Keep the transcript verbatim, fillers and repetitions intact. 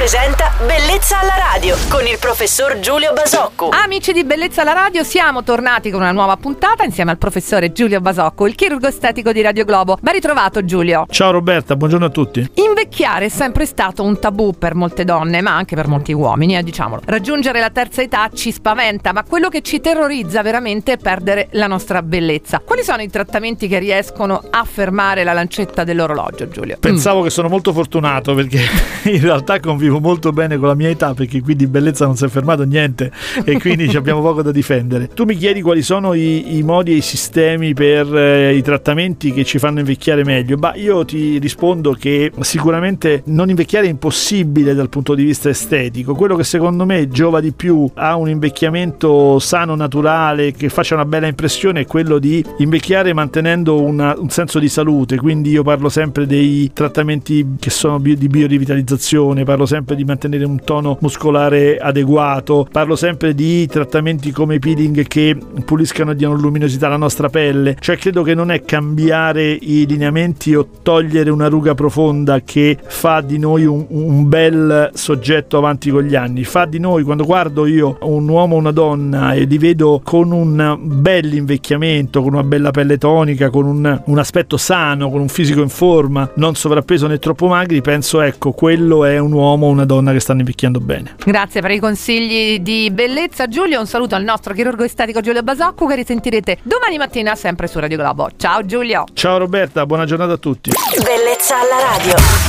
presenta Bellezza alla radio con il professor Giulio Basocco. Amici di Bellezza alla radio, siamo tornati con una nuova puntata insieme al professore Giulio Basocco, il chirurgo estetico di Radio Globo. Ben ritrovato Giulio. Ciao Roberta, buongiorno a tutti. Invecchiare è sempre stato un tabù per molte donne, ma anche per molti uomini, eh, diciamolo. Raggiungere la terza età ci spaventa, ma quello che ci terrorizza veramente è perdere la nostra bellezza. Quali sono i trattamenti che riescono a fermare la lancetta dell'orologio, Giulio? Pensavo mm. che sono molto fortunato, perché in realtà convivo molto bene con la mia età, perché qui di bellezza non si è fermato niente e quindi ci abbiamo poco da difendere. Tu mi chiedi quali sono i, i modi e i sistemi per eh, i trattamenti che ci fanno invecchiare meglio. Bah, io ti rispondo che sicuramente non invecchiare è impossibile dal punto di vista estetico. Quello che secondo me giova di più a un invecchiamento sano, naturale, che faccia una bella impressione, è quello di invecchiare mantenendo una, un senso di salute. Quindi io parlo sempre dei trattamenti che sono bio, di biorivitalizzazione, parlo sempre di mantenere un tono muscolare adeguato, parlo sempre di trattamenti come i peeling che puliscano e diano luminosità alla nostra pelle. Cioè credo che non è cambiare i lineamenti o togliere una ruga profonda che fa di noi un, un bel soggetto avanti con gli anni. Fa di noi, quando guardo io un uomo o una donna e li vedo con un bel invecchiamento, con una bella pelle tonica, con un, un aspetto sano, con un fisico in forma, non sovrappeso né troppo magri, penso ecco, quello è un uomo o una donna che stanno invecchiando bene. Grazie per i consigli di bellezza Giulio, un saluto al nostro chirurgo estetico Giulio Basocco, che risentirete domani mattina sempre su Radio Globo. Ciao Giulio. Ciao Roberta, buona giornata a tutti. Bellezza alla radio.